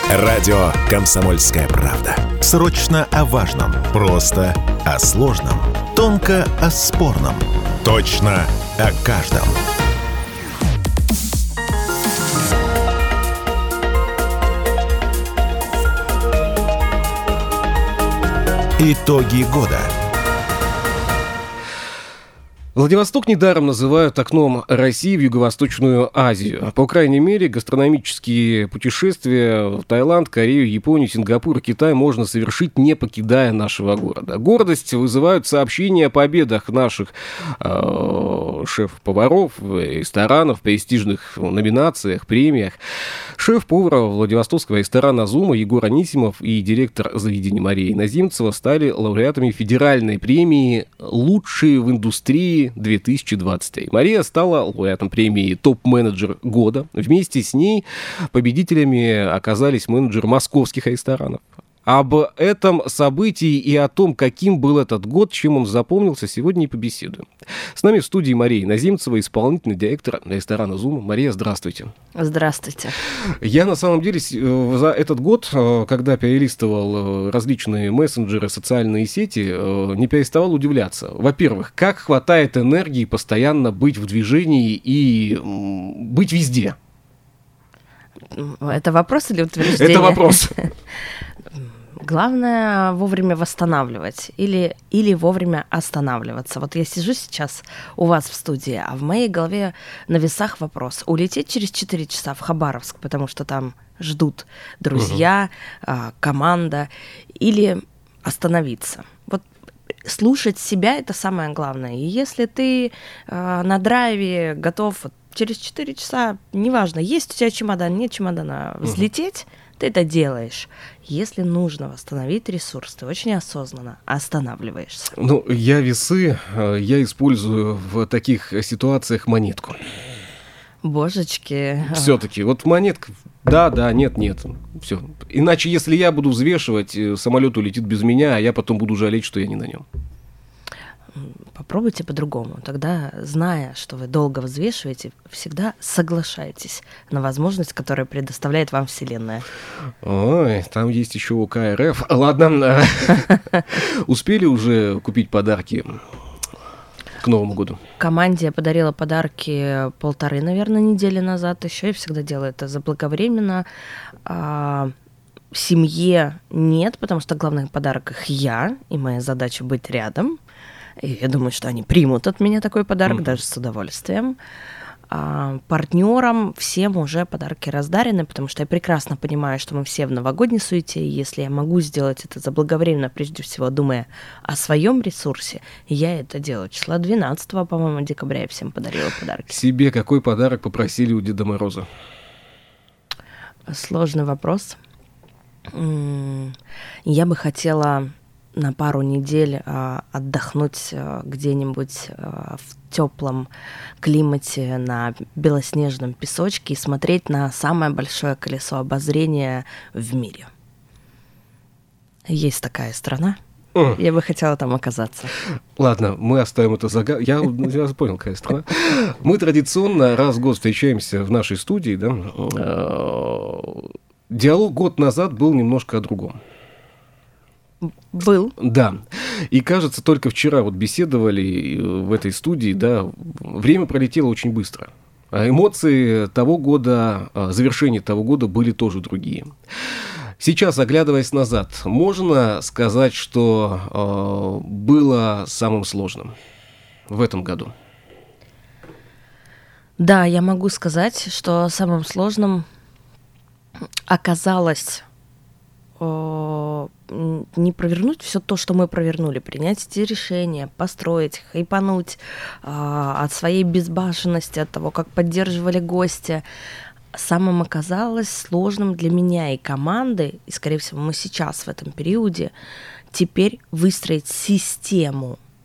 Радио «Комсомольская правда». Срочно о важном. Просто о сложном. Тонко о спорном. Точно о каждом. Итоги года. Владивосток недаром называют окном России в Юго-Восточную Азию. По крайней мере, гастрономические путешествия в Таиланд, Корею, Японию, Сингапур и Китай можно совершить, не покидая нашего города. Гордость вызывают сообщения о победах наших шеф-поваров, ресторанов, престижных номинациях, премиях. Шеф-повар Владивостокского ресторана «Зума» Егор Анисимов и директор заведения Мария Иноземцева стали лауреатами федеральной премии «Лучшие в индустрии 2023». Мария стала лауреатом премии «Топ-менеджер года». Вместе с ней победителями оказались менеджеры московских ресторанов. Об этом событии и о том, каким был этот год, чем он запомнился, сегодня и побеседуем. С нами в студии Мария Иноземцева, исполнительный директор ресторана «Зума». Мария, здравствуйте. Здравствуйте. Я, на самом деле, за этот год, когда перелистывал различные мессенджеры, социальные сети, не переставал удивляться. Во-первых, как хватает энергии постоянно быть в движении и быть везде? Это вопрос или утверждение? Это вопрос. Главное вовремя восстанавливать или вовремя останавливаться. Вот я сижу сейчас у вас в студии, а в моей голове на весах вопрос: улететь через 4 часа в Хабаровск, потому что там ждут друзья, команда, или остановиться. Вот слушать себя — это самое главное. И если ты на драйве готов через 4 часа, неважно, есть у тебя чемодан, нет чемодана, взлететь, ты это делаешь. Если нужно восстановить ресурс, ты очень осознанно останавливаешься. Ну, я весы, я использую в таких ситуациях монетку. Божечки. Все-таки, вот монетка, да, нет, все. Иначе, если я буду взвешивать, самолет улетит без меня, а я потом буду жалеть, что я не на нем. Попробуйте по-другому. Тогда, зная, что вы долго взвешиваете, всегда соглашайтесь на возможность, которую предоставляет вам Вселенная. Ой, там есть еще УК РФ. Ладно, успели уже купить подарки к Новому году? Команде я подарила подарки 1,5, наверное, недели назад. Еще я всегда делаю это заблаговременно. Семье нет, потому что главный подарок их я, и моя задача быть рядом. И я думаю, что они примут от меня такой подарок, даже с удовольствием. Партнерам всем уже подарки раздарены, потому что я прекрасно понимаю, что мы все в новогодней суете, и если я могу сделать это заблаговременно, прежде всего думая о своем ресурсе, я это делаю. Числа 12, по-моему, декабря я всем подарила подарки. Себе какой подарок попросили у Деда Мороза? Сложный вопрос. Я бы хотела на пару недель отдохнуть где-нибудь в теплом климате на белоснежном песочке и смотреть на самое большое колесо обозрения в мире. Есть такая страна. Я бы хотела там оказаться. Ладно, мы оставим это загадкой. Я понял, какая страна. Мы традиционно раз в год встречаемся в нашей студии. Да? Диалог год назад был немножко о другом. Был. Да. И, кажется, только вчера вот беседовали в этой студии, да, время пролетело очень быстро. А эмоции того года, завершение того года были тоже другие. Сейчас, оглядываясь назад, можно сказать, что было самым сложным в этом году? Да, я могу сказать, что самым сложным оказалось не провернуть все то, что мы провернули, принять эти решения, построить, хайпануть от своей безбашенности, от того, как поддерживали гостя. Самым оказалось сложным для меня и команды, и, скорее всего, мы сейчас в этом периоде, теперь выстроить систему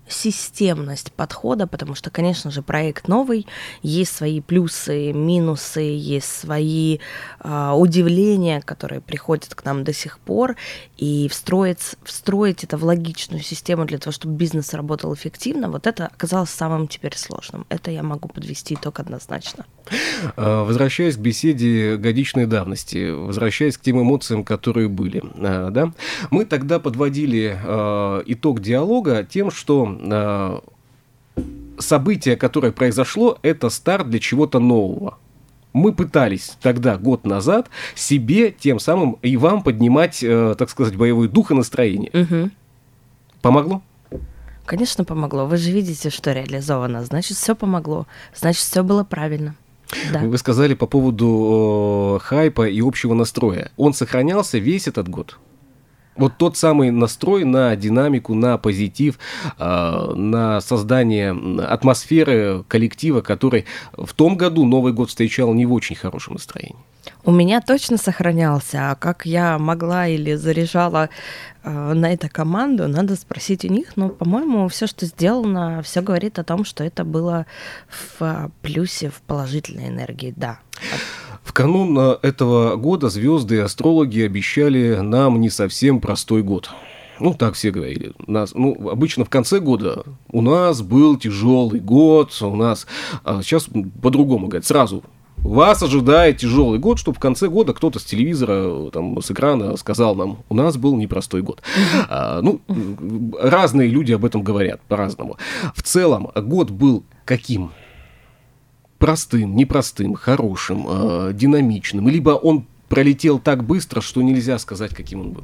системность подхода, потому что, конечно же, проект новый, есть свои плюсы, минусы, есть свои удивления, которые приходят к нам до сих пор, и встроить это в логичную систему для того, чтобы бизнес работал эффективно, вот это оказалось самым теперь сложным. Это я могу подвести итог однозначно. Возвращаясь к беседе годичной давности, возвращаясь к тем эмоциям, которые были, да, мы тогда подводили итог диалога тем, что событие, которое произошло, это старт для чего-то нового. Мы пытались тогда, год назад, себе тем самым и вам поднимать, так сказать, боевой дух и настроение. Угу. Помогло? Конечно, помогло. Вы же видите, что реализовано. Значит, все помогло. Значит, все было правильно. Да. Вы сказали по поводу хайпа и общего настроя. Он сохранялся весь этот год? Вот тот самый настрой на динамику, на позитив, на создание атмосферы коллектива, который в том году Новый год встречал не в очень хорошем настроении. У меня точно сохранялся, а как я могла или заряжала на это команду, надо спросить у них. Но, по-моему, все, что сделано, все говорит о том, что это было в плюсе, в положительной энергии, да. В канун этого года звезды и астрологи обещали нам не совсем простой год. Ну, так все говорили. Обычно в конце года у нас был тяжелый год, сейчас по-другому говорят, сразу. Вас ожидает тяжелый год, чтобы в конце года кто-то с телевизора, с экрана сказал нам, у нас был непростой год. Разные люди об этом говорят по-разному. В целом, год был каким? Простым, непростым, хорошим, динамичным, либо он пролетел так быстро, что нельзя сказать, каким он был?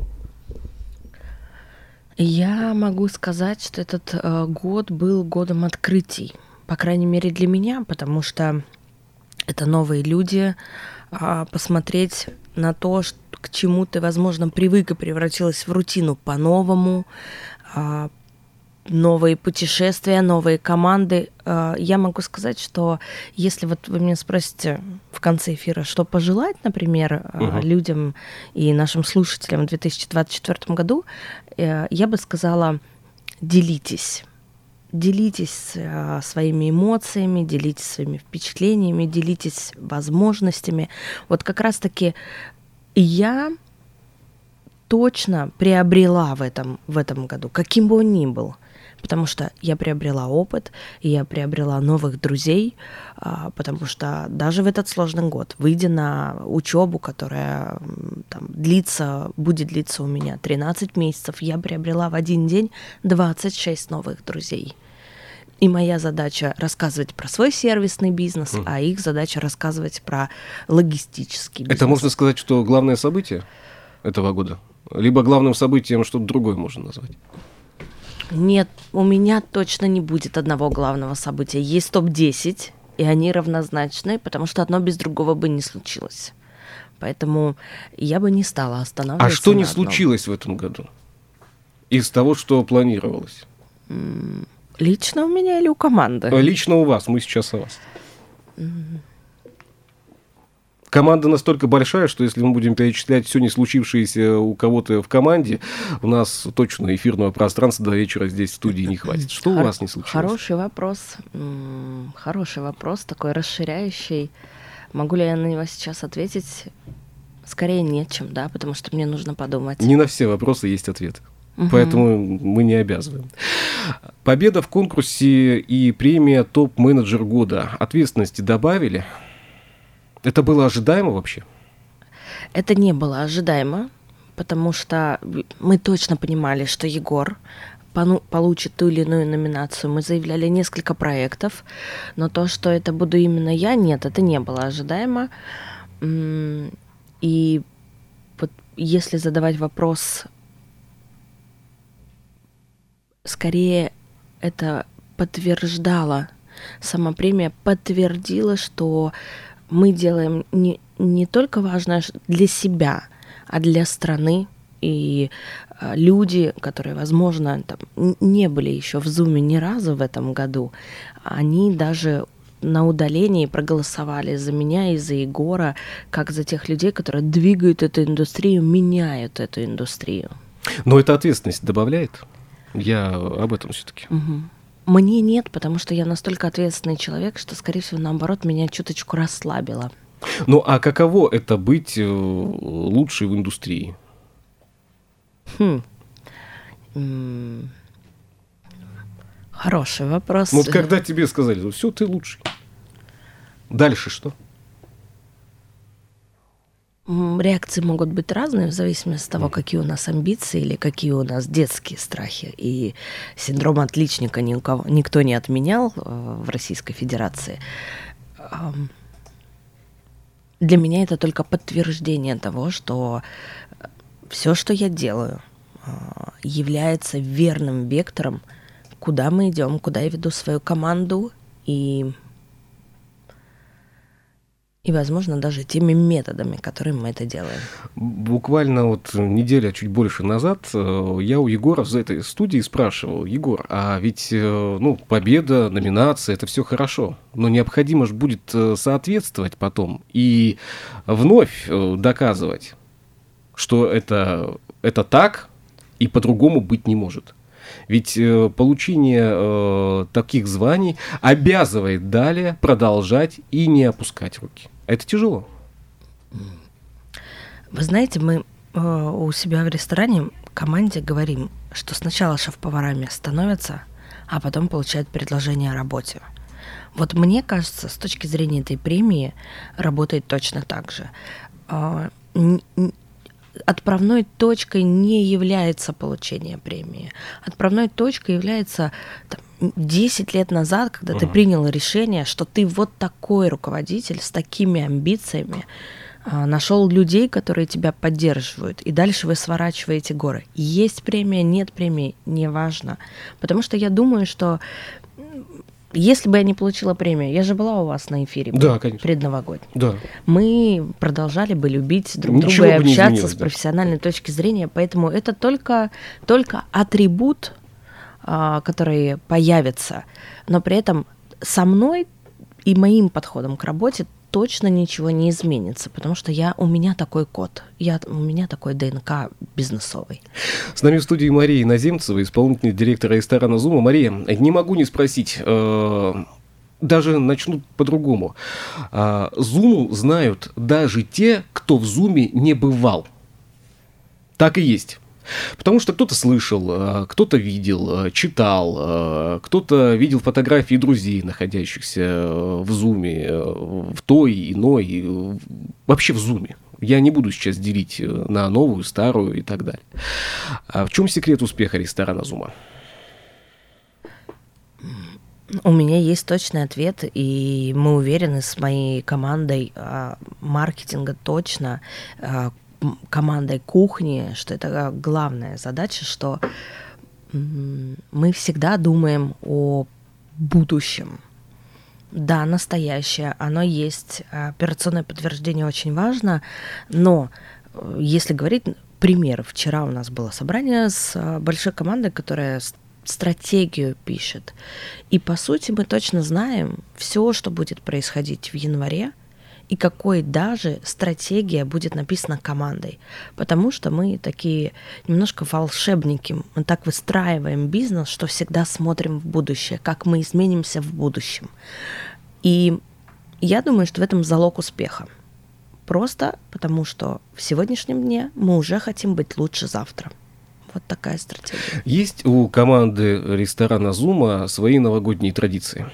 Я могу сказать, что этот год был годом открытий, по крайней мере для меня, потому что это новые люди, посмотреть на то, к чему ты, возможно, привык и превратилась в рутину по-новому, новые путешествия, новые команды. Я могу сказать, что если вот вы меня спросите в конце эфира, что пожелать, например, людям и нашим слушателям в 2024 году, я бы сказала, делитесь. Делитесь своими эмоциями, делитесь своими впечатлениями, делитесь возможностями. Вот как раз-таки я точно приобрела в этом году, каким бы он ни был, потому что я приобрела опыт, и я приобрела новых друзей, потому что даже в этот сложный год, выйдя на учебу, которая будет длиться у меня 13 месяцев, я приобрела в один день 26 новых друзей. И моя задача рассказывать про свой сервисный бизнес, а их задача рассказывать про логистический бизнес. Это можно сказать, что главное событие этого года? Либо главным событием что-то другое можно назвать? Нет, у меня точно не будет одного главного события. Есть топ-10, и они равнозначны, потому что одно без другого бы не случилось. Поэтому я бы не стала останавливаться. А что не случилось в этом году из того, что планировалось? Лично у меня или у команды? Лично у вас, мы сейчас о вас. Команда настолько большая, что если мы будем перечислять все не случившееся у кого-то в команде, у нас точно эфирного пространства до вечера здесь в студии не хватит. Что у вас не случилось? Хороший вопрос, такой расширяющий. Могу ли я на него сейчас ответить? Скорее нет, чем да, потому что мне нужно подумать. Не на все вопросы есть ответ. Поэтому мы не обязываем. Победа в конкурсе и премия «Топ-менеджер года». Ответственности добавили? Это было ожидаемо вообще? Это не было ожидаемо, потому что мы точно понимали, что Егор получит ту или иную номинацию. Мы заявляли несколько проектов, но то, что это буду именно я, нет, это не было ожидаемо. И вот если задавать вопрос, скорее это подтверждало, сама премия подтвердила, что мы делаем не только важное для себя, а для страны. И люди, которые, возможно, не были еще в Зуме ни разу в этом году, они даже на удалении проголосовали за меня и за Егора, как за тех людей, которые двигают эту индустрию, меняют эту индустрию. Но это ответственность добавляет? Я об этом все-таки. Мне нет, потому что я настолько ответственный человек, что, скорее всего, наоборот, меня чуточку расслабило. Ну, а каково это быть лучшей в индустрии? Хороший вопрос. Вот когда тебе сказали, все, ты лучший. Дальше что? Реакции могут быть разные в зависимости от того, какие у нас амбиции или какие у нас детские страхи. И синдром отличника никто не отменял в Российской Федерации. Для меня это только подтверждение того, что все, что я делаю, является верным вектором, куда мы идем, куда я веду свою команду и возможно, даже теми методами, которыми мы это делаем. Буквально вот неделя, чуть больше назад, я у Егора в этой студии спрашивал: Егор, а ведь победа, номинация, это все хорошо, но необходимо же будет соответствовать потом и вновь доказывать, что это так и по-другому быть не может. Ведь получение таких званий обязывает далее продолжать и не опускать руки. Это тяжело. Вы знаете, мы у себя в ресторане команде говорим, что сначала шеф-поварами становятся, а потом получают предложение о работе. Вот мне кажется, с точки зрения этой премии работает точно так же. Отправной точкой не является получение премии. Отправной точкой является 10 лет назад, когда ты принял решение, что ты вот такой руководитель с такими амбициями, нашел людей, которые тебя поддерживают, и дальше вы сворачиваете горы. Есть премия, нет премии, неважно. Потому что я думаю, что если бы я не получила премию, я же была у вас на эфире предновогодней. Да. Мы продолжали бы любить друг друга и общаться с профессиональной точки зрения, поэтому это только атрибут, который появится, но при этом со мной и моим подходом к работе точно ничего не изменится, потому что у меня такой код, у меня такой ДНК бизнесовый. С нами в студии Мария Иноземцева, исполнительный директор ресторана «Зума». Мария, не могу не спросить, даже начну по-другому. «Зуму» знают даже те, кто в «Зуме» не бывал. Так и есть. Потому что кто-то слышал, кто-то видел, читал, кто-то видел фотографии друзей, находящихся в Зуме, в той, иной, вообще в Зуме. Я не буду сейчас делить на новую, старую и так далее. А в чем секрет успеха ресторана «Зума»? У меня есть точный ответ, и мы уверены с моей командой маркетинга точно, командой кухни, что это главная задача, что мы всегда думаем о будущем. Да, настоящее, оно есть, операционное подтверждение очень важно, но если говорить, пример, вчера у нас было собрание с большой командой, которая стратегию пишет, и по сути мы точно знаем все, что будет происходить в январе, и какой даже стратегия будет написана командой. Потому что мы такие немножко волшебники. Мы так выстраиваем бизнес, что всегда смотрим в будущее, как мы изменимся в будущем. И я думаю, что в этом залог успеха. Просто потому что в сегодняшнем дне мы уже хотим быть лучше завтра. Вот такая стратегия. Есть у команды ресторана «Зума» свои новогодние традиции?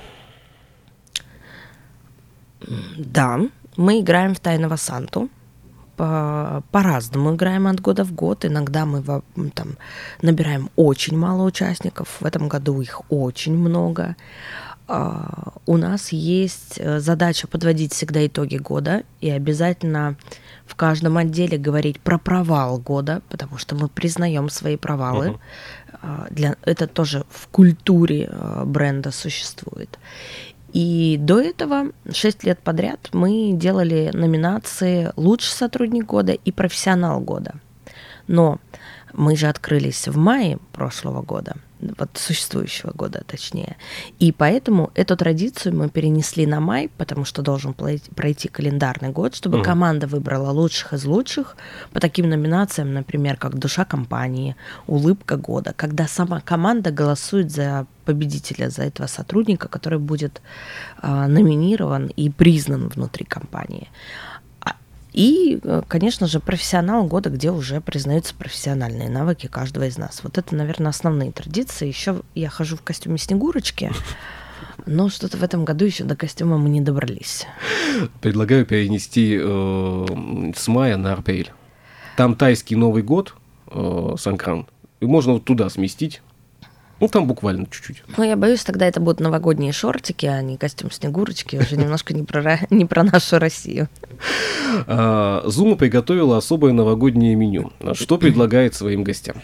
Да. Мы играем в «Тайного Санту», по-разному играем от года в год. Иногда мы набираем очень мало участников, в этом году их очень много. У нас есть задача подводить всегда итоги года и обязательно в каждом отделе говорить про провал года, потому что мы признаем свои провалы. Это тоже в культуре бренда существует. И до этого 6 лет подряд мы делали номинации «Лучший сотрудник года» и «Профессионал года». Но мы же открылись в мае прошлого года, вот существующего года точнее, и поэтому эту традицию мы перенесли на май, потому что должен пройти календарный год, чтобы команда выбрала лучших из лучших по таким номинациям, например, как «Душа компании», «Улыбка года», когда сама команда голосует за победителя, за этого сотрудника, который будет номинирован и признан внутри компании. И, конечно же, профессионал года, где уже признаются профессиональные навыки каждого из нас. Вот это, наверное, основные традиции. Еще я хожу в костюме Снегурочки, но что-то в этом году еще до костюма мы не добрались. Предлагаю перенести с мая на апрель. Там тайский Новый год, Санкран, и можно вот туда сместить. Ну, там буквально чуть-чуть. Ну, я боюсь, тогда это будут новогодние шортики, а не костюм Снегурочки, уже немножко не про нашу Россию. Зума приготовила особое новогоднее меню. Что предлагает своим гостям?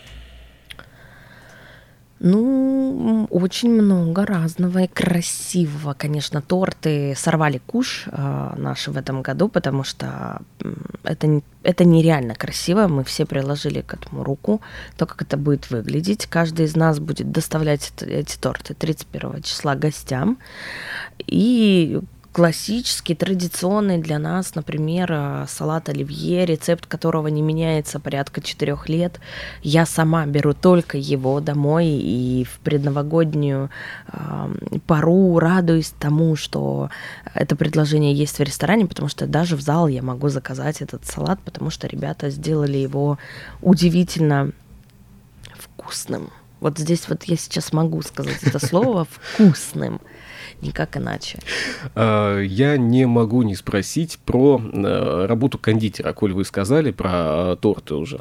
Ну, очень много разного и красивого. Конечно, торты сорвали куш наши в этом году, потому что это нереально красиво. Мы все приложили к этому руку, то, как это будет выглядеть. Каждый из нас будет доставлять эти торты 31 числа гостям. И классический, традиционный для нас, например, салат оливье, рецепт которого не меняется порядка 4 лет. Я сама беру только его домой и в предновогоднюю пору радуюсь тому, что это предложение есть в ресторане, потому что даже в зал я могу заказать этот салат, потому что ребята сделали его удивительно вкусным. Вот здесь вот я сейчас могу сказать это слово «вкусным». Никак иначе. Я не могу не спросить про работу кондитера, коль вы сказали про торты уже.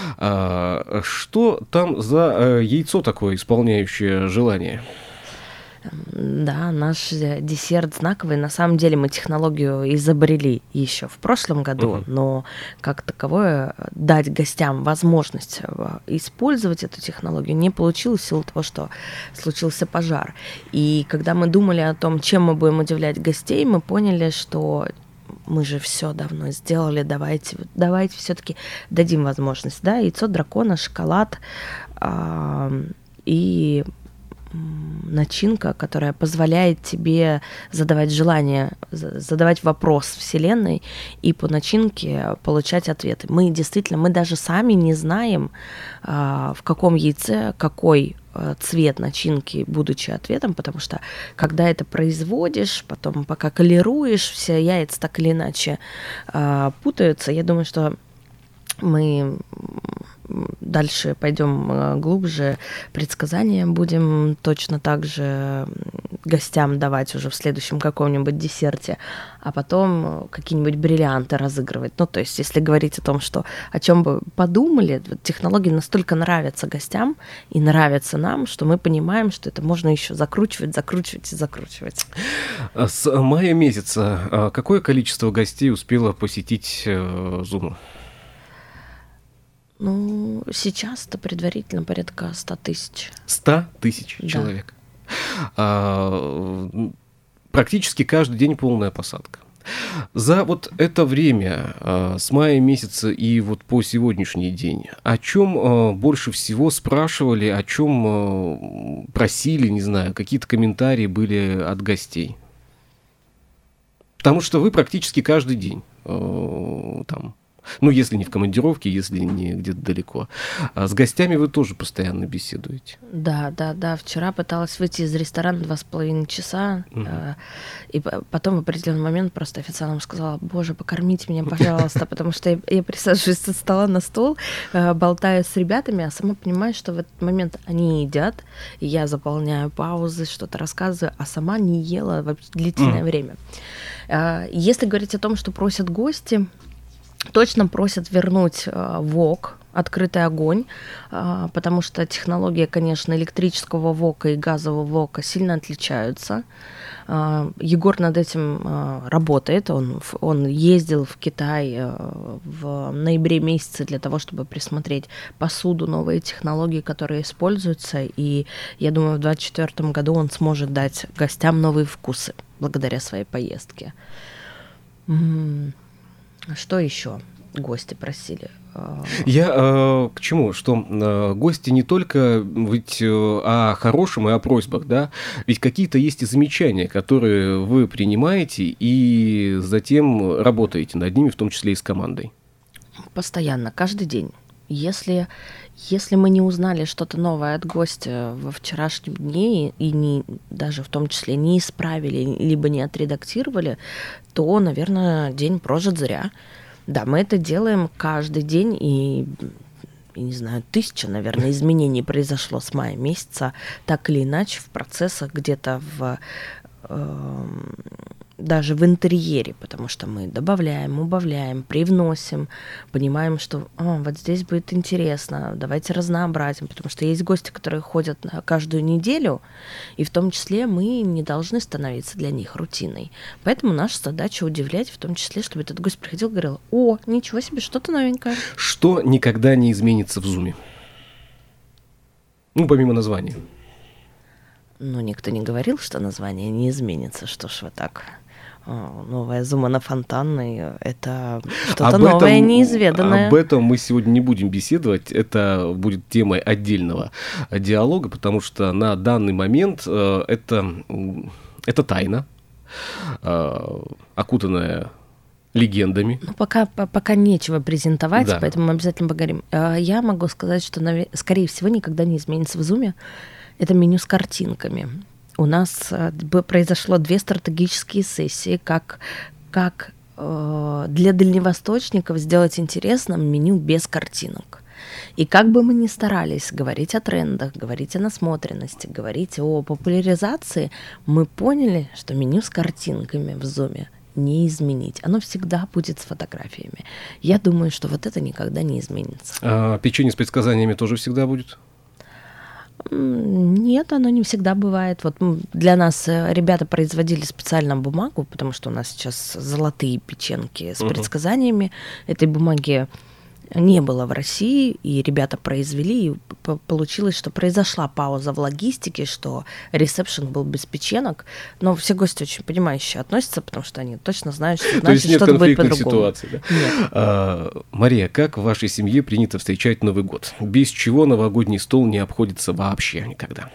Что там за яйцо такое, исполняющее желание? Да, наш десерт знаковый. На самом деле мы технологию изобрели еще в прошлом году, но как таковое дать гостям возможность использовать эту технологию не получилось в силу того, что случился пожар. И когда мы думали о том, чем мы будем удивлять гостей, мы поняли, что мы же все давно сделали, давайте все-таки дадим возможность. Да, яйцо дракона, шоколад и начинка, которая позволяет тебе задавать вопрос Вселенной и по начинке получать ответы. Мы даже сами не знаем, в каком яйце какой цвет начинки, будучи ответом, потому что когда это производишь, потом пока колируешь, все яйца так или иначе путаются. Я думаю, что мы дальше пойдем глубже, предсказания будем точно так же гостям давать уже в следующем каком-нибудь десерте, а потом какие-нибудь бриллианты разыгрывать. Ну, то есть, если говорить о том, что о чем бы подумали, технологии настолько нравятся гостям и нравятся нам, что мы понимаем, что это можно еще закручивать и закручивать. С мая месяца какое количество гостей успело посетить Зуму? Ну, сейчас-то предварительно порядка 100 тысяч. 100 тысяч человек. Практически каждый день полная посадка. За вот это время, с мая месяца и вот по сегодняшний день, о чем больше всего спрашивали, о чем просили, не знаю, какие-то комментарии были от гостей? Потому что вы практически каждый день там. Ну, если не в командировке, если не где-то далеко. А с гостями вы тоже постоянно беседуете. Да. Вчера пыталась выйти из ресторана 2,5 часа, и потом в определенный момент просто официантам сказала: «Боже, покормите меня, пожалуйста», потому что я присаживаюсь со стола на стол, болтаю с ребятами, а сама понимаю, что в этот момент они едят, и я заполняю паузы, что-то рассказываю, а сама не ела длительное время. Если говорить о том, что просят гости, точно просят вернуть вок, открытый огонь, потому что технология, конечно, электрического вока и газового вока сильно отличаются. Егор над этим работает. Он ездил в Китай в ноябре месяце для того, чтобы присмотреть посуду, новые технологии, которые используются. И я думаю, в 2024 году он сможет дать гостям новые вкусы благодаря своей поездке. Что еще? гости просили. Я к чему? Что гости не только ведь о хорошем и о просьбах, да? Ведь какие-то есть и замечания, которые вы принимаете и затем работаете над ними, в том числе и с командой. Постоянно, каждый день. Если мы не узнали что-то новое от гостя во вчерашнем дне и даже в том числе не исправили, либо не отредактировали, то, наверное, день прожит зря. Да, мы это делаем каждый день, и не знаю, 1000, наверное, изменений произошло с мая месяца, так или иначе, в процессах где-то даже в интерьере, потому что мы добавляем, убавляем, привносим, понимаем, что вот здесь будет интересно, давайте разнообразим, потому что есть гости, которые ходят каждую неделю, и в том числе мы не должны становиться для них рутиной. Поэтому наша задача удивлять, в том числе, чтобы этот гость приходил и говорил: о, ничего себе, что-то новенькое. Что никогда не изменится в Зуме? Ну, помимо названия. Ну, никто не говорил, что название не изменится. Что ж вы так... Новая Зума на Фонтанной — это что-то новое, неизведанное. Об этом мы сегодня не будем беседовать, это будет темой отдельного диалога, потому что на данный момент это тайна, окутанная легендами. Ну, пока нечего презентовать, да. Поэтому мы обязательно поговорим. Я могу сказать, что, скорее всего, никогда не изменится в Зуме. Это меню с картинками. У нас произошло 2 стратегические сессии, как для дальневосточников сделать интересным меню без картинок. И как бы мы ни старались говорить о трендах, говорить о насмотренности, говорить о популяризации, мы поняли, что меню с картинками в Зуме не изменить. Оно всегда будет с фотографиями. Я думаю, что вот это никогда не изменится. А печенье с предсказаниями тоже всегда будет? Нет, оно не всегда бывает. Вот для нас ребята производили специально бумагу, потому что у нас сейчас золотые печеньки с предсказаниями. Этой бумаги не было в России, и ребята произвели, и получилось, что произошла пауза в логистике, что ресепшн был без печенок, но все гости очень понимающе относятся, потому что они точно знают, что значит, что-то будет по-другому. Ситуации, да? Нет. Мария, как в вашей семье принято встречать Новый год? Без чего новогодний стол не обходится вообще никогда?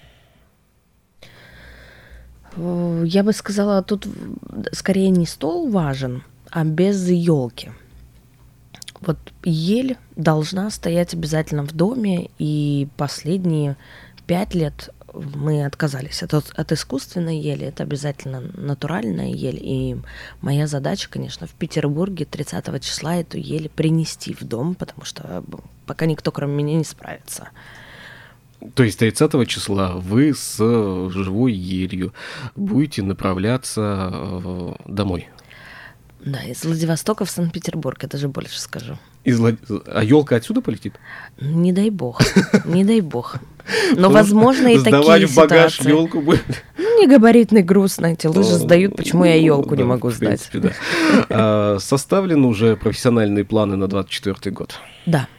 Я бы сказала, тут скорее не стол важен, а без елки. Вот ель должна стоять обязательно в доме, и последние 5 лет мы отказались от искусственной ели, это обязательно натуральная ель, и моя задача, конечно, в Петербурге 30 числа эту ель принести в дом, потому что пока никто, кроме меня, не справится. То есть 30 числа вы с живой елью будете направляться домой? Да, из Владивостока в Санкт-Петербург, я даже больше скажу. А елка отсюда полетит? Не дай бог, не дай бог. Но, возможно, и такие ситуации. Сдавать в багаж елку будет? Ну, не габаритный груз, знаете, лыжи сдают, почему я елку не могу сдать? Принципе, да. Составлены уже профессиональные планы на 2024 год? Да.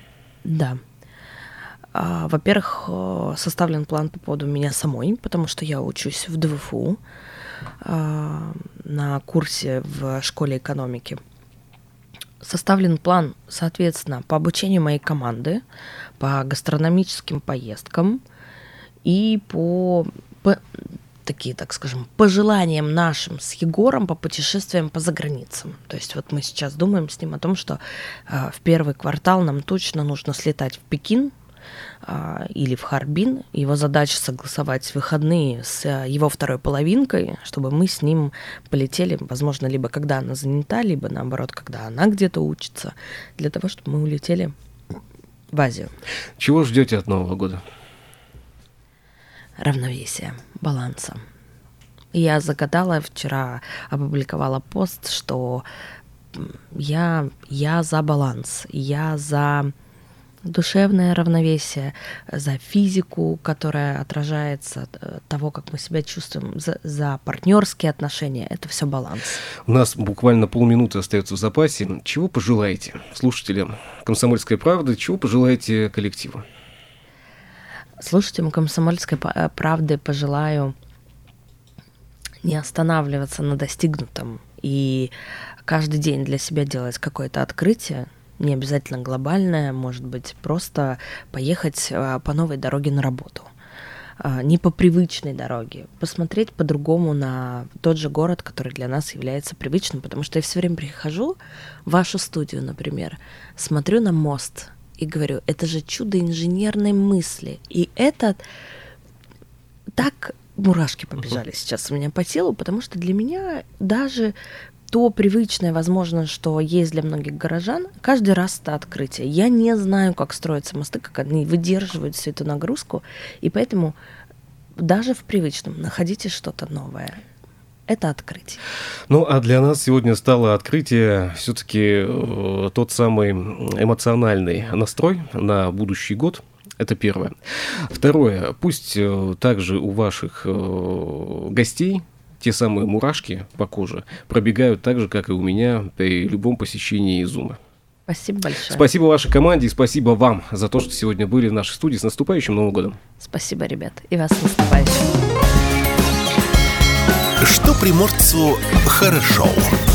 Во-первых, составлен план по поводу меня самой, потому что я учусь в ДВФУ на курсе в школе экономики. Составлен план, соответственно, по обучению моей команды, по гастрономическим поездкам и по такие, так скажем, пожеланиям нашим с Егором по путешествиям по заграницам. То есть вот мы сейчас думаем с ним о том, что в первый квартал нам точно нужно слетать в Пекин, или в Харбин. Его задача согласовать выходные с его второй половинкой, чтобы мы с ним полетели, возможно, либо когда она занята, либо наоборот, когда она где-то учится, для того, чтобы мы улетели в Азию. Чего ждете от Нового года? Равновесия, баланса. Я загадала, вчера опубликовала пост, что я за баланс, я за душевное равновесие, за физику, которая отражается того, как мы себя чувствуем, за партнерские отношения. Это все баланс. У нас буквально полминуты остается в запасе. Чего пожелаете слушателям «Комсомольской правды», чего пожелаете коллективу? Слушателям «Комсомольской правды» пожелаю не останавливаться на достигнутом, И каждый день для себя делать какое-то открытие, не обязательно глобальное, может быть, просто поехать по новой дороге на работу. Не по привычной дороге, посмотреть по-другому на тот же город, который для нас является привычным, потому что я все время прихожу в вашу студию, например, смотрю на мост и говорю, это же чудо инженерной мысли, и это так мурашки побежали сейчас у меня по телу, потому что для меня даже то привычное, возможно, что есть для многих горожан, каждый раз это открытие. Я не знаю, как строятся мосты, как они выдерживают всю эту нагрузку, и поэтому даже в привычном находите что-то новое. Это открытие. Ну, а для нас сегодня стало открытие все-таки тот самый эмоциональный настрой на будущий год. Это первое. Второе. Пусть также у ваших гостей те самые мурашки по коже пробегают так же, как и у меня при любом посещении Изумы. Спасибо большое. Спасибо вашей команде и спасибо вам за то, что сегодня были в нашей студии. С наступающим Новым годом! Спасибо, ребят. И вас с наступающим. Что приморцу хорошо.